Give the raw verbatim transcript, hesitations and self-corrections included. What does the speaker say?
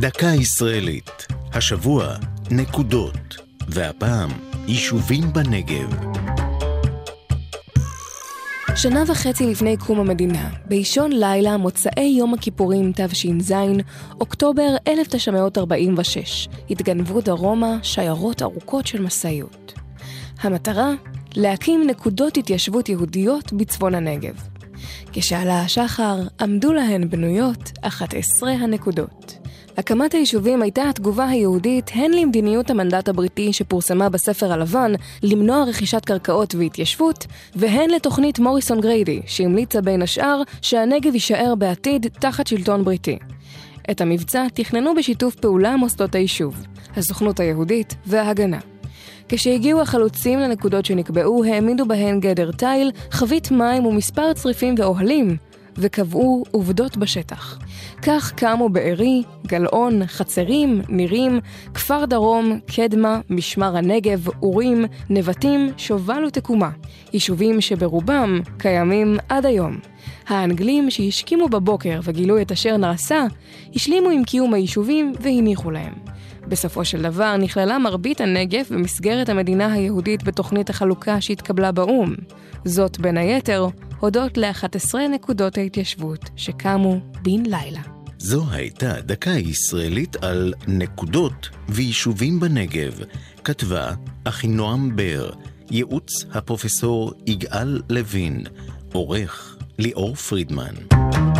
דקה ישראלית. השבוע נקודות, והפעם יישובים בנגב. שנה וחצי לפני קום המדינה, באישון לילה מוצאי יום הכיפורים תש"ז, אוקטובר אלף תשע מאות ארבעים ושש, התגנבו דרומה שיירות ארוכות של מסעיות. המטרה? להקים נקודות התיישבות יהודיות בצפון הנגב. כשעלה השחר, עמדו להן בנויות אחת עשרה הנקודות. הקמת היישובים הייתה התגובה היהודית הן למדיניות המנדט הבריטי שפורסמה בספר הלבן למנוע רכישת קרקעות והתיישבות, והן לתוכנית מוריסון גריידי שהמליצה בין השאר שהנגב יישאר בעתיד תחת שלטון בריטי. את המבצע תכננו בשיתוף פעולה מוסדות היישוב, הסוכנות היהודית וההגנה. כשהגיעו החלוצים לנקודות שנקבעו, העמידו בהן גדר תיל, חבית מים ומספר צריפים ואוהלים, וקבעו עובדות בשטח. כך קמו בארי, גלעון, חצרים, נירים, כפר דרום, קדמה, משמר הנגב, אורים, נבטים, שובל ותקומה. יישובים שברובם קיימים עד היום. האנגלים שהשכימו בבוקר וגילו את אשר נעשה, השלימו עם קיום היישובים והניחו להם. בסופו של דבר נכללה מרבית הנגב במסגרת המדינה היהודית בתוכנית החלוקה שהתקבלה באום. זאת בין היתר הודות ל-אחת עשרה נקודות ההתיישבות שקמו בן לילה. זו הייתה דקה ישראלית על נקודות ויישובים בנגב. כתבה אחינועם בר, ייעוץ הפרופסור יגאל לוין, עורך ליאור פרידמן.